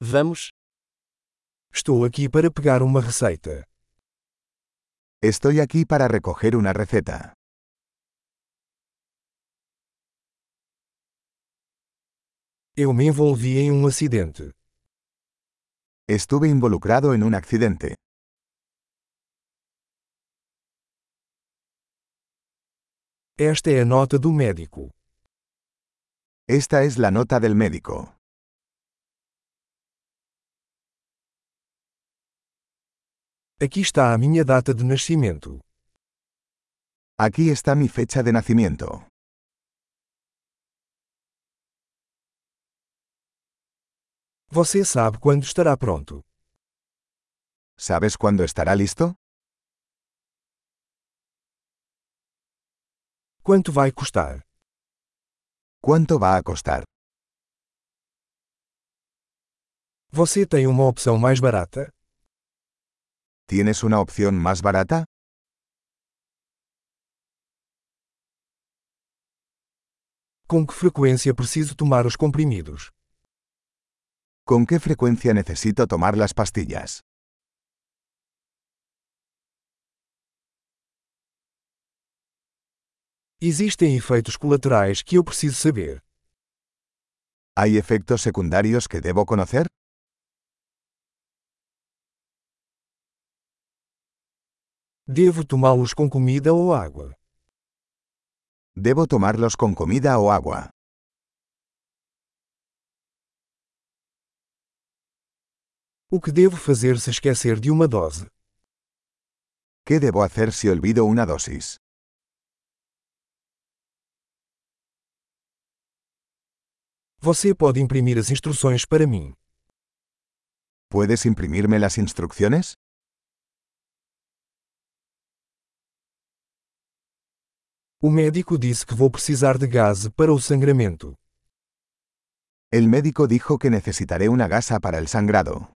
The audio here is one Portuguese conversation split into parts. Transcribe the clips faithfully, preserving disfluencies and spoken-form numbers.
Vamos. Estou aqui para pegar uma receita. Estoy aquí para recoger una receta. Eu me envolvi em um acidente. Estuve involucrado en un accidente. Esta é a nota do médico. Esta es la nota del médico. Aqui está a minha data de nascimento. Aquí está mi fecha de nacimiento. Você sabe quando estará pronto. ¿Sabes cuándo estará listo? Quanto vai custar? ¿Cuánto va a costar? Você tem uma opção mais barata? ¿Tienes una opción más barata? Com que frequência preciso tomar os comprimidos? ¿Con qué frecuencia necesito tomar las pastillas? Existem efeitos colaterais que eu preciso saber. ¿Hay efectos secundarios que debo conocer? Devo tomá-los com comida ou água? ¿Debo tomarlos con comida o agua? O que devo fazer se esquecer de uma dose? ¿Qué debo hacer si olvido una dosis? Você pode imprimir as instruções para mim. ¿Puedes imprimirme las instrucciones? O médico disse que vou precisar de gase para o sangramento. El médico dijo que necesitaré una gasa para el sangrado.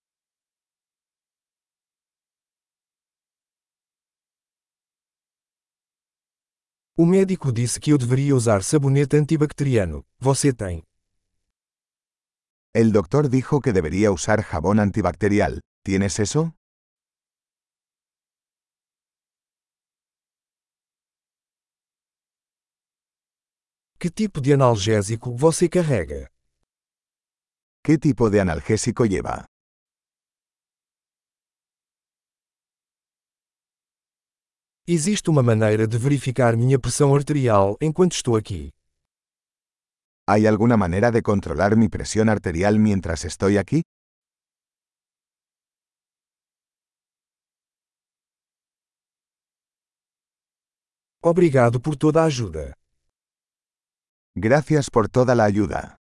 O médico disse que eu deveria usar sabonete antibacteriano. Você tem? El doctor dijo que debería usar jabón antibacterial. ¿Tienes eso? Que tipo de analgésico você carrega? ¿Qué tipo de analgésico lleva? Existe uma maneira de verificar minha pressão arterial enquanto estou aqui. ¿Hay alguna manera de controlar mi presión arterial mientras estoy aquí? Obrigado por toda a ajuda. Gracias por toda la ayuda.